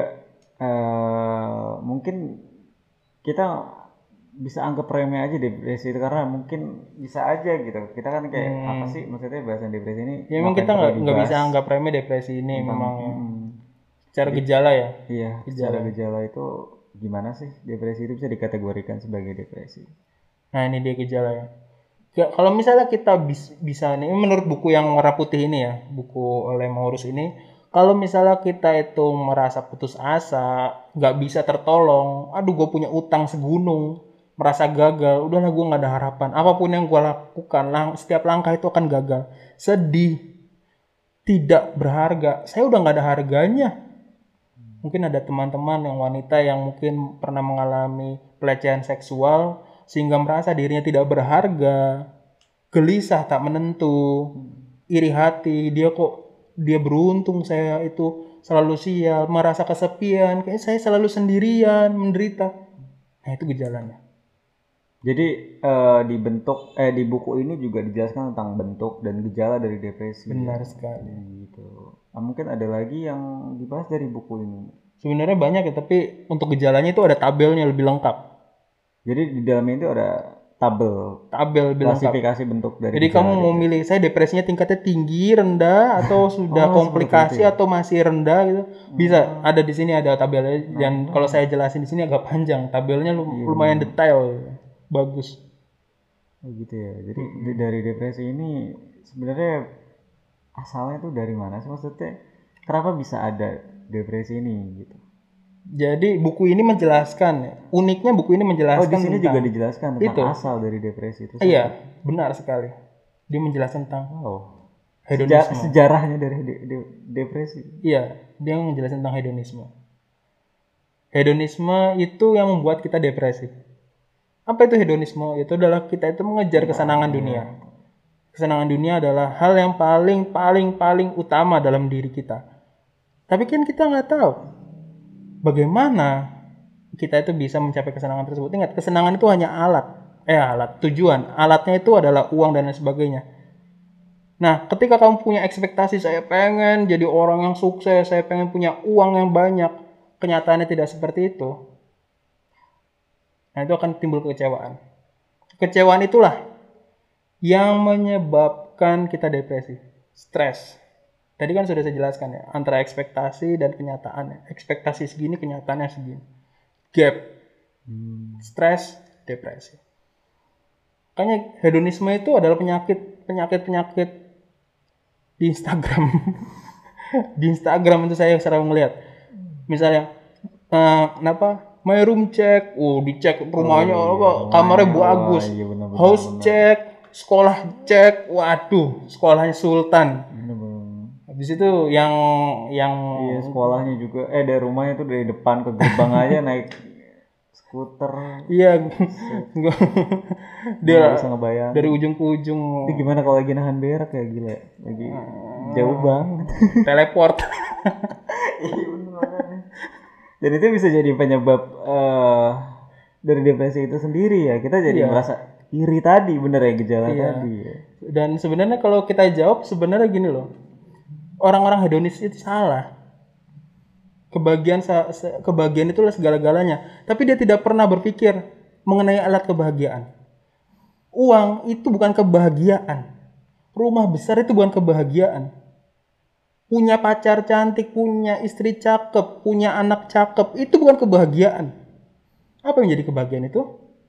eh, mungkin kita bisa anggap remeh aja depresi itu karena mungkin bisa aja gitu. Kita kan kayak
Hmm.
apa sih maksudnya bahasan depresi ini?
Ya memang
ngapain
kita
perlu
nggak nggak
dibahas
bisa anggap remeh depresi ini
tentang-
memang ya.
mm,
Secara gejala ya.
iya,
Gejala.
secara gejala itu gimana sih depresi itu bisa dikategorikan sebagai depresi?
Nah ini dia gejala ya. Ya, kalau misalnya kita bis- bisa nih, ini menurut buku yang warna putih ini ya, buku oleh Maurus ini, kalau misalnya kita itu merasa putus asa, nggak bisa tertolong, aduh gue punya utang segunung, merasa gagal, udahlah gue nggak ada harapan, apapun yang gue lakukan, lang- setiap langkah itu akan gagal, sedih, tidak berharga, saya udah nggak ada harganya. Mungkin ada teman-teman yang wanita yang mungkin pernah mengalami pelecehan seksual sehingga merasa dirinya tidak berharga, gelisah tak menentu, iri hati, dia kok dia beruntung saya itu selalu sial, merasa kesepian, kayak saya selalu sendirian, menderita. Nah, itu gejalanya.
Jadi eh, di bentuk eh di buku ini juga dijelaskan tentang bentuk dan gejala dari depresi.
Benar
ya.
sekali.
Gitu. Nah, mungkin ada lagi yang dibahas dari buku ini.
Sebenarnya banyak ya, tapi untuk gejalanya itu ada tabelnya lebih lengkap.
Jadi di dalamnya itu ada tabel
Tabel lebih lengkap.
klasifikasi bentuk dari
Jadi
gejala
kamu mau
depresi.
milih saya depresinya tingkatnya tinggi, rendah, atau sudah
Oh,
komplikasi
seperti itu ya?
atau masih rendah gitu. Bisa ada di sini ada tabelnya, dan kalau saya jelasin di sini agak panjang. Tabelnya lu- lumayan detail. Bagus.
Oh, gitu ya. Jadi di- dari depresi ini sebenarnya asalnya tuh dari mana sih, maksudnya kenapa bisa ada depresi ini gitu?
Jadi buku ini menjelaskan, uniknya buku ini
Oh,
menjelaskan
di sini
tentang
juga dijelaskan tentang
itu.
asal dari depresi itu.
Iya, benar sekali. Dia menjelaskan tentang
Wow.
hedonisme.
Seja- sejarahnya dari de- de- depresi.
Iya, dia menjelaskan tentang hedonisme. Hedonisme itu yang membuat kita depresi. Apa itu hedonisme? Itu adalah kita itu mengejar kesenangan dunia. Kesenangan dunia adalah hal yang paling paling paling utama dalam diri kita. Tapi kan kita nggak tahu bagaimana kita itu bisa mencapai kesenangan tersebut. Ingat, kesenangan itu hanya alat. Eh alat, tujuan. Alatnya itu adalah uang dan lain sebagainya. Nah, ketika kamu punya ekspektasi, saya pengen jadi orang yang sukses, saya pengen punya uang yang banyak, kenyataannya tidak seperti itu. Nah, itu akan timbul kekecewaan. Kekecewaan itulah yang menyebabkan kita depresi, stres. Tadi kan sudah saya jelaskan ya, antara ekspektasi dan kenyataan. Ekspektasi segini, kenyataannya segini. Gap, stres, depresi. Makanya hedonisme itu adalah penyakit, penyakit-penyakit di Instagram. Di Instagram itu saya sering melihat. Misalnya eh apa? My room check. Oh, dicek rumahnya
Oh,
apa?
iya.
Kamarnya
Wah,
bagus.
iya, benar-benar,
House
benar.
check, sekolah cek. Waduh, sekolahnya sultan.
Bener-bener.
Habis itu yang yang
Iya, sekolahnya juga eh dari rumahnya tuh dari depan ke gerbang aja naik skuter.
iya gua-
Dia nggak
dia
bisa ngebayang.
dari ujung ke ujung
Itu gimana kalau lagi nahan berak ya, gila. Lagi jauh banget.
teleport.
Iya, bener makanya. Dan itu bisa jadi penyebab eh dari depresi itu sendiri ya. Kita jadi
Iya.
merasa iri tadi, bener ya, gejala
Iya.
tadi ya.
Dan sebenarnya kalau kita jawab sebenarnya gini loh. Orang-orang hedonis itu salah. Kebahagiaan sa- se- kebahagiaan itulah segala-galanya. Tapi dia tidak pernah berpikir mengenai alat kebahagiaan. Uang itu bukan kebahagiaan. Rumah besar itu bukan kebahagiaan. Punya pacar cantik, punya istri cakep, punya anak cakep, itu bukan kebahagiaan. Apa yang jadi kebahagiaan itu?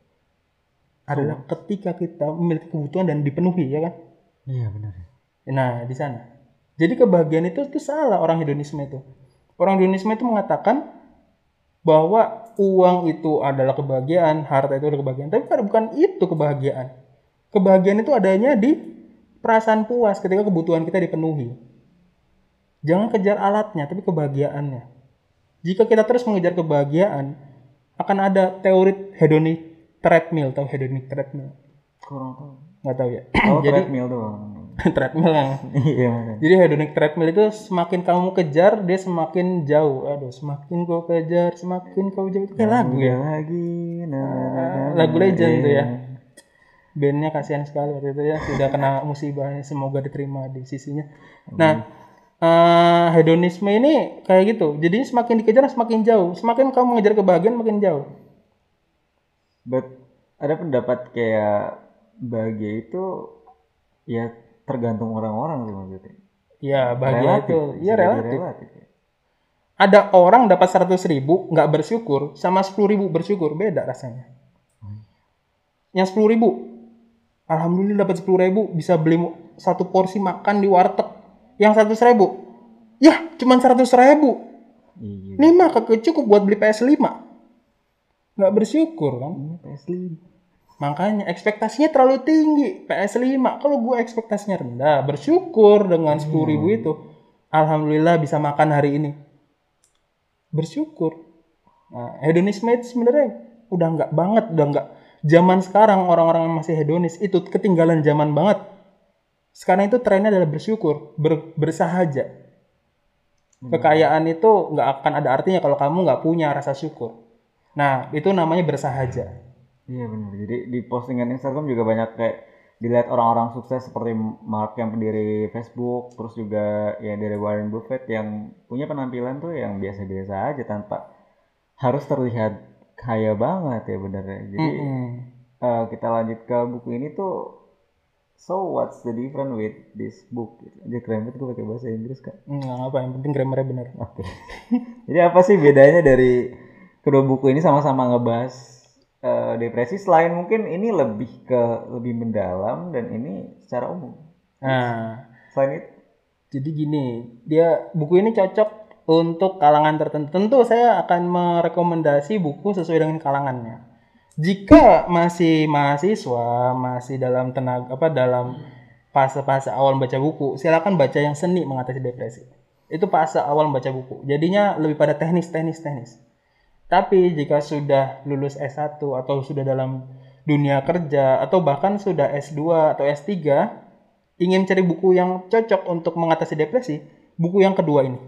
Adalah ketika kita memiliki kebutuhan dan dipenuhi, ya kan?
Iya, benar.
Nah, di sana. Jadi kebahagiaan itu itu salah orang hedonisme itu. Orang hedonisme itu mengatakan bahwa uang itu adalah kebahagiaan, harta itu adalah kebahagiaan. Tapi bukan itu kebahagiaan. Kebahagiaan itu adanya di perasaan puas ketika kebutuhan kita dipenuhi. Jangan kejar alatnya, tapi kebahagiaannya. Jika kita terus mengejar kebahagiaan, akan ada teori hedonic treadmill. Tahu hedonic treadmill?
Kurang tahu.
Nggak tahu ya?
Oh,
Jadi
treadmill doang.
treadmill yang
Iya, makanya.
jadi hedonic treadmill itu semakin kamu kejar dia semakin jauh. Aduh, semakin kau kejar semakin kau jauh. Itu kayak lagu ya.
Lagi, nah, nah, nah, nah,
Lagu legend tuh ya.
iya.
Bandnya kasihan sekali waktu itu ya, sudah kena musibahnya, semoga diterima di sisinya. Nah, eh, hedonisme ini kayak gitu. Jadi semakin dikejar semakin jauh. Semakin kamu mengejar kebahagiaan makin jauh.
But ada pendapat kayak bahagia itu ya tergantung orang-orang sih maksudnya.
Ya, bahagia
Relatif,
itu,
bisa
iya
jadi
relatif.
relatif ya.
Ada orang dapat seratus ribu nggak bersyukur sama sepuluh ribu bersyukur, beda rasanya. Yang sepuluh ribu, alhamdulillah dapat sepuluh ribu bisa beli mu- satu porsi makan di warteg. Yang seratus ribu, ya cuman seratus ribu.
Iya.
Ini mah kagak cukup buat beli P S lima. Nggak bersyukur kan?
Ini P S lima.
Makanya ekspektasinya terlalu tinggi. P S lima, kalau gue ekspektasinya rendah, bersyukur dengan sepuluh ribu itu. Alhamdulillah bisa makan hari ini. Bersyukur. Nah, hedonisme itu sebenarnya udah nggak banget, udah nggak. Zaman sekarang orang-orang yang masih hedonis itu ketinggalan zaman banget. Sekarang itu trennya adalah bersyukur, ber, bersahaja. Kekayaan itu nggak akan ada artinya kalau kamu nggak punya rasa syukur. Nah, itu namanya bersahaja.
Iya benar. Jadi di postingan Instagram juga banyak kayak dilihat orang-orang sukses seperti Mark yang pendiri Facebook, terus juga ya dari Warren Buffett yang punya penampilan tuh yang biasa-biasa aja tanpa harus terlihat kaya banget ya benar ya. Jadi
Mm-mm.
eh, kita lanjut ke buku ini tuh. So what's the difference with this book? Aja keren banget gue pakai bahasa Inggris kan.
Nggak apa, yang penting grammarnya benar.
Oke. Jadi apa sih bedanya dari kedua buku ini sama-sama ngebahas eh, depresi, selain mungkin ini lebih ke lebih mendalam dan ini secara umum.
Nah,
Selain itu,
jadi gini, dia buku ini cocok untuk kalangan tertentu. Tentu saya akan merekomendasi buku sesuai dengan kalangannya. Jika masih mahasiswa, masih dalam tenaga apa dalam fase-fase awal baca buku, silakan baca yang seni mengatasi depresi. Itu fase awal baca buku. Jadinya lebih pada teknis-teknis teknis. Tapi jika sudah lulus S satu atau sudah dalam dunia kerja atau bahkan sudah S dua atau S tiga, ingin cari buku yang cocok untuk mengatasi depresi, buku yang kedua ini.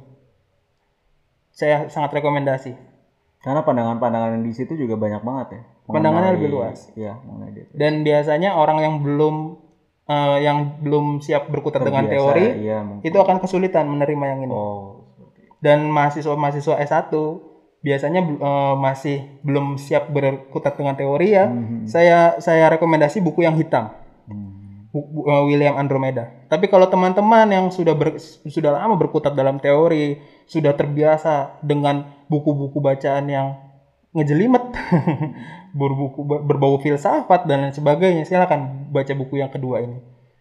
Saya sangat rekomendasi.
karena pandangan-pandangan di situ juga banyak banget ya.
Pandangannya
mengenai-
lebih luas.
Iya, mengenai depresi.
Dan biasanya orang yang belum eh, yang belum siap berkutat dengan
Terbiasa,
teori
iya, mungkin.
itu akan kesulitan menerima yang ini.
Oh, seperti itu.
Dan mahasiswa-mahasiswa S satu biasanya eh, masih belum siap berkutat dengan teori ya. Saya saya rekomendasi buku yang hitam.
Hmm.
Bu- bu- eh, William Andromeda. Tapi kalau teman-teman yang sudah ber- sudah lama berkutat dalam teori, sudah terbiasa dengan buku-buku bacaan yang ngejelimet, berbuku berbau filsafat dan lain sebagainya, silakan baca buku yang kedua ini.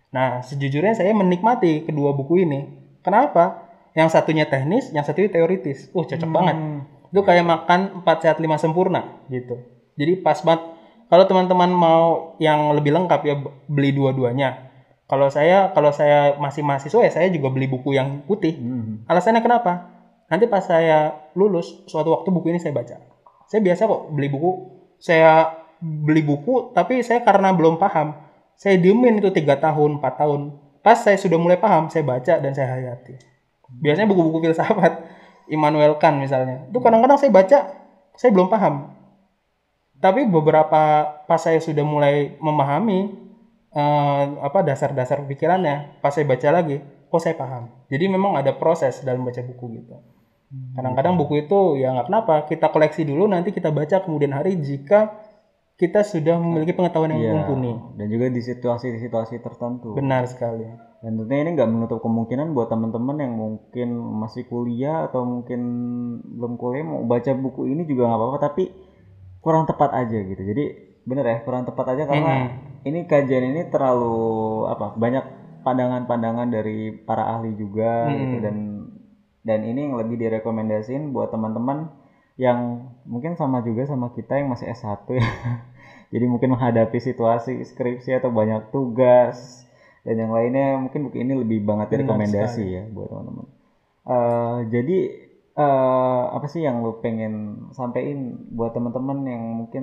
Nah, sejujurnya saya menikmati kedua buku ini. Kenapa? Yang satunya teknis, yang satunya teoritis. Uh, cocok
Hmm.
banget. Itu kayak makan empat sehat lima sempurna gitu. Jadi pas banget. Kalau teman-teman mau yang lebih lengkap ya beli dua-duanya. Kalau saya kalau saya masih mahasiswa ya saya juga beli buku yang putih.
Hmm.
Alasannya kenapa? Nanti pas saya lulus, suatu waktu buku ini saya baca. Saya biasa kok beli buku. Saya beli buku, tapi saya karena belum paham, saya diemin itu tiga tahun, empat tahun. Pas saya sudah mulai paham, saya baca dan saya hayati. Biasanya buku-buku filsafat, Immanuel Kant misalnya. Itu kadang-kadang saya baca, saya belum paham. Tapi beberapa pas saya sudah mulai memahami eh, apa dasar-dasar pikirannya, pas saya baca lagi, kok saya paham. Jadi memang ada proses dalam baca buku gitu. Kadang-kadang buku itu ya nggak kenapa, kita koleksi dulu nanti kita baca kemudian hari jika kita sudah memiliki pengetahuan yang
Iya.
mumpuni.
Dan juga di situasi-situasi tertentu.
Benar sekali.
Dan tentunya ini nggak menutup kemungkinan buat teman-teman yang mungkin masih kuliah atau mungkin belum kuliah mau baca buku ini juga nggak apa-apa, tapi kurang tepat aja gitu. Jadi bener ya, kurang tepat aja karena
Mm-mm.
ini kajian ini terlalu apa banyak pandangan-pandangan dari para ahli juga gitu, dan dan ini yang lebih direkomendasiin buat teman-teman yang mungkin sama juga sama kita yang masih S satu ya. Jadi mungkin menghadapi situasi skripsi atau banyak tugas dan yang lainnya, mungkin buku ini lebih banget direkomendasi ya buat teman-teman. Eh, jadi eh, apa sih yang lu pengen sampein buat teman-teman yang mungkin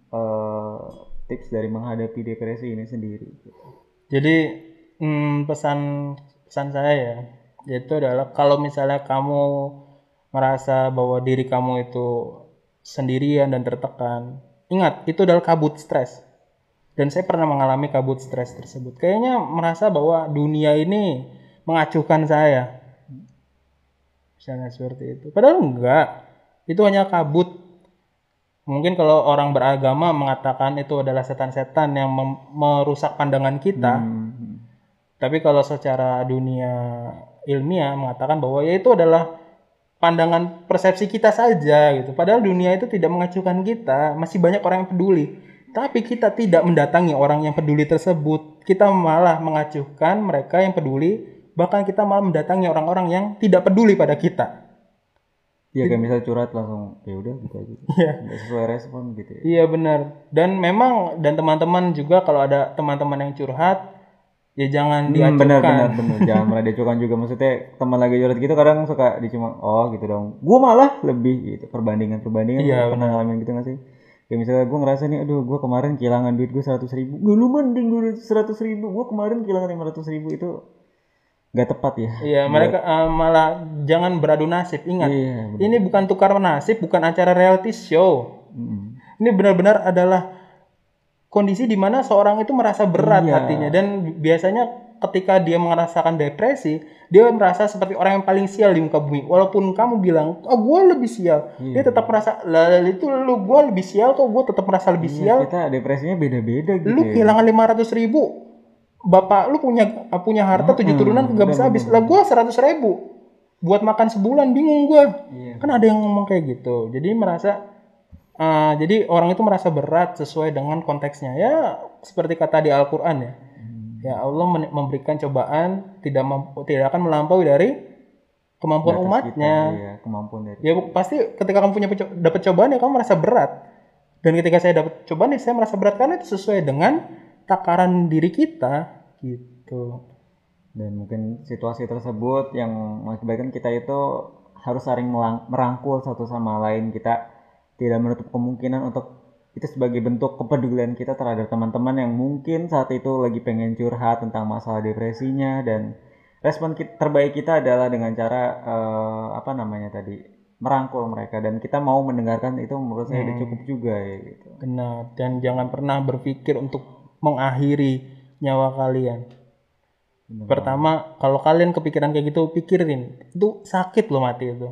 eh, tips dari menghadapi depresi ini sendiri?
Jadi hmm, pesan pesan saya ya, yaitu adalah kalau misalnya kamu merasa bahwa diri kamu itu sendirian dan tertekan, ingat itu adalah kabut stres. Dan saya pernah mengalami kabut stres tersebut. Kayaknya merasa bahwa dunia ini mengacuhkan saya. Misalnya seperti itu. Padahal enggak. Itu hanya kabut. Mungkin kalau orang beragama mengatakan itu adalah setan-setan yang mem- merusak pandangan kita.
Hmm.
Tapi kalau secara dunia ilmiah mengatakan bahwa ya itu adalah pandangan persepsi kita saja gitu. Padahal dunia itu tidak mengacuhkan kita. Masih banyak orang yang peduli. Tapi kita tidak mendatangi orang yang peduli tersebut. Kita malah mengacuhkan mereka yang peduli. Bahkan kita malah mendatangi orang-orang yang tidak peduli pada kita.
Ya kayak misalnya curhat langsung ya udah gitu aja.
Iya.
Nggak sesuai respon gitu ya.
Iya benar. Dan memang dan teman-teman juga kalau ada teman-teman yang curhat, ya jangan
Hmm,
diacuhkan.
benar benar benar. Jangan malah diacuhkan juga, maksudnya teman lagi curhat gitu kadang suka dicuma oh gitu dong. Gua malah lebih gitu perbandingan perbandingan.
Iya,
Pernah ngalamin gitu nggak sih? Kayak misalnya gue ngerasa nih, aduh gue kemarin kehilangan duit gue seratus ribu, gue lu mending gue seratus ribu, gue kemarin kehilangan lima ratus ribu, itu nggak tepat ya.
Iya, mereka uh, malah jangan beradu nasib. Ingat,
Iya, benar.
ini bukan tukar nasib, bukan acara reality show.
Mm.
Ini benar-benar adalah kondisi di mana seorang itu merasa berat
Iya.
hatinya, dan biasanya ketika dia merasakan depresi, dia merasa seperti orang yang paling sial di muka bumi. Walaupun kamu bilang, oh gue lebih sial, dia tetap merasa, lah itu lu gue lebih sial kok, gue tetap merasa lebih sial.
Kita depresinya beda-beda gitu
Lu
ya.
kehilangan lima ratus ribu, bapak lu punya punya harta tujuh turunan kagak bisa habis, lah gue seratus ribu buat makan sebulan, bingung gue.
Iya.
Kan ada yang ngomong kayak gitu, jadi merasa uh, jadi orang itu merasa berat sesuai dengan konteksnya ya, seperti kata di Al-Quran ya. Ya Allah men- memberikan cobaan tidak mampu, tidak akan melampaui dari kemampuan
Batas
umatnya.
kita, iya, kemampuan dari.
Ya pasti ketika kamu punya peco- dapat cobaan ya kamu merasa berat. Dan ketika saya dapat cobaan ya saya merasa berat karena itu sesuai dengan takaran diri kita gitu.
Dan mungkin situasi tersebut yang mengakibatkan kita itu harus saling melang- merangkul satu sama lain. Kita tidak menutup kemungkinan untuk itu sebagai bentuk kepedulian kita terhadap teman-teman yang mungkin saat itu lagi pengen curhat tentang masalah depresinya, dan respon kita, terbaik kita adalah dengan cara uh, apa namanya tadi, merangkul mereka, dan kita mau mendengarkan itu menurut saya udah cukup juga ya gitu.
Benar, dan jangan pernah berpikir untuk mengakhiri nyawa kalian.
Benar.
Pertama, kalau kalian kepikiran kayak gitu, pikirin itu sakit loh mati itu.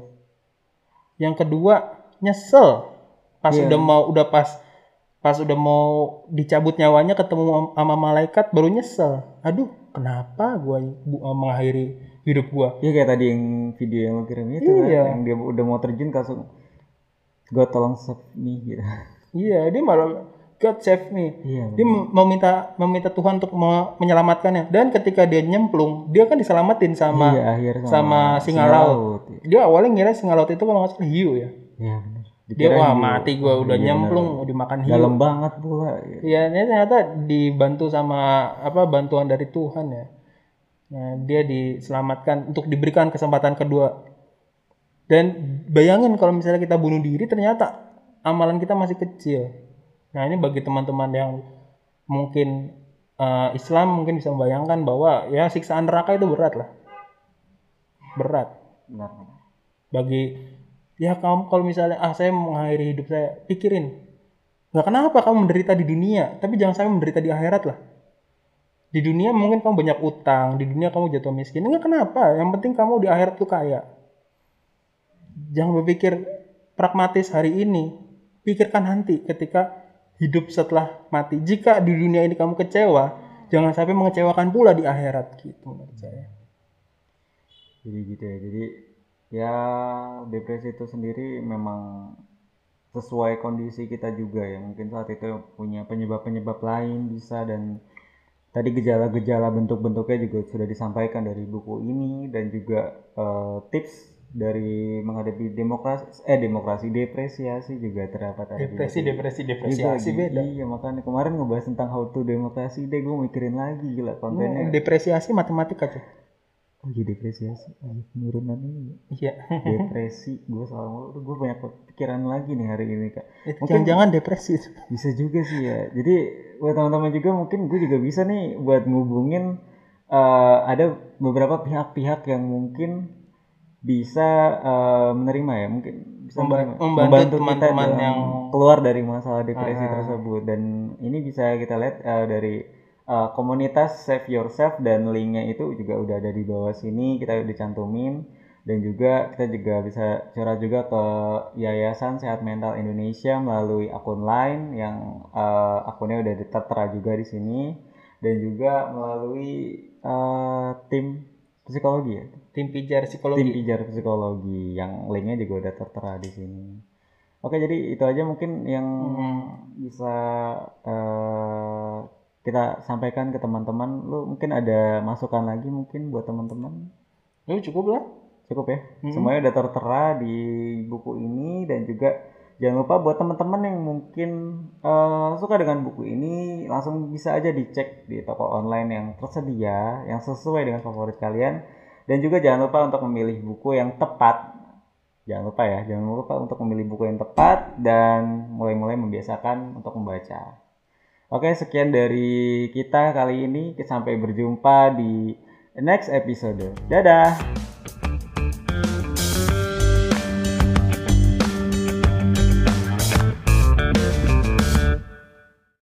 Yang kedua, nyesel pas
Iya.
udah mau udah pas pas udah mau dicabut nyawanya ketemu sama malaikat baru nyesel. Aduh, kenapa gua bu- mengakhiri hidup gua?
Iya kayak tadi yang video yang lo kirim itu
Iya.
kan, yang dia udah mau terjun langsung God tolong save me gitu.
Iya, dia malah God save me.
Iya,
Dia
benar.
meminta meminta Tuhan untuk me- menyelamatkannya. Dan ketika dia nyemplung, dia kan diselamatin sama
Iya, akhir sama,
sama singa laut. Dia awalnya ngira singa laut itu kalau nggak salah hiu ya.
Iya benar.
Dia
Dikira
wah
hiu.
mati gua
Oh,
udah
iya,
nyemplung,
benar.
udah dimakan hiu.
Dalam banget pula.
Iya, ini ternyata dibantu sama apa bantuan dari Tuhan ya. Nah, dia diselamatkan untuk diberikan kesempatan kedua. Dan bayangin kalau misalnya kita bunuh diri ternyata amalan kita masih kecil. Nah, ini bagi teman-teman yang mungkin uh, Islam mungkin bisa membayangkan bahwa ya siksaan neraka itu berat lah. Berat.
Benar.
Bagi ya kamu kalau misalnya ah saya mau mengakhiri hidup saya, pikirin. Nggak kenapa kamu menderita di dunia, tapi jangan sampai menderita di akhirat lah. Di dunia mungkin kamu banyak utang, di dunia kamu jatuh miskin. Enggak kenapa, yang penting kamu di akhirat tuh kaya. Jangan berpikir pragmatis hari ini, pikirkan nanti ketika hidup setelah mati. Jika di dunia ini kamu kecewa, jangan sampai mengecewakan pula di akhirat gitu menurut saya.
Jadi gitu ya. Jadi ya depresi itu sendiri memang sesuai kondisi kita juga ya. Mungkin saat itu punya penyebab-penyebab lain bisa, dan tadi gejala-gejala bentuk-bentuknya juga sudah disampaikan dari buku ini, dan juga uh, tips dari menghadapi demokrasi eh demokrasi depresiasi juga terdapat ada
Depresi,
juga.
depresi, depresiasi
Juga,
beda.
iya, makanya kemarin ngebahas tentang how to demokrasi deh, gue mikirin lagi gila kontennya.
Ini depresiasi matematika tuh.
Oh iya, depresiasi, iya, penurunan ini.
Iya.
Depresi, gue salah mulu, gue banyak pikiran lagi nih hari ini kak.
Mungkin jangan depresi.
Bisa juga sih ya. Jadi buat teman-teman juga mungkin gue juga bisa nih buat ngubungin uh, ada beberapa pihak-pihak yang mungkin bisa uh, menerima ya, mungkin bisa
Memba-
menerima,
membantu
membantu kita
teman-teman
dalam
yang
keluar dari masalah depresi
Ah.
tersebut. Dan ini bisa kita lihat uh, dari uh, komunitas Save Yourself, dan linknya itu juga udah ada di bawah sini, kita udah cantumin. Dan juga kita juga bisa curhat juga ke Yayasan Sehat Mental Indonesia melalui akun Line yang uh, akunnya udah tertera juga di sini, dan juga melalui uh, tim psikologi ya,
tim pijar psikologi.
tim pijar psikologi yang linknya juga udah tertera di sini. Oke, jadi itu aja mungkin yang
Hmm.
bisa uh, kita sampaikan ke teman-teman. Lu mungkin ada masukan lagi mungkin buat teman-teman?
Lu cukup lah.
Cukup ya.
Hmm.
Semuanya udah tertera di buku ini, dan juga jangan lupa buat teman-teman yang mungkin uh, suka dengan buku ini, langsung bisa aja dicek di toko online yang tersedia yang sesuai dengan favorit kalian. Dan juga jangan lupa untuk memilih buku yang tepat. Jangan lupa ya, jangan lupa untuk memilih buku yang tepat dan mulai-mulai membiasakan untuk membaca. Oke, sekian dari kita kali ini. Sampai berjumpa di next episode. Dadah.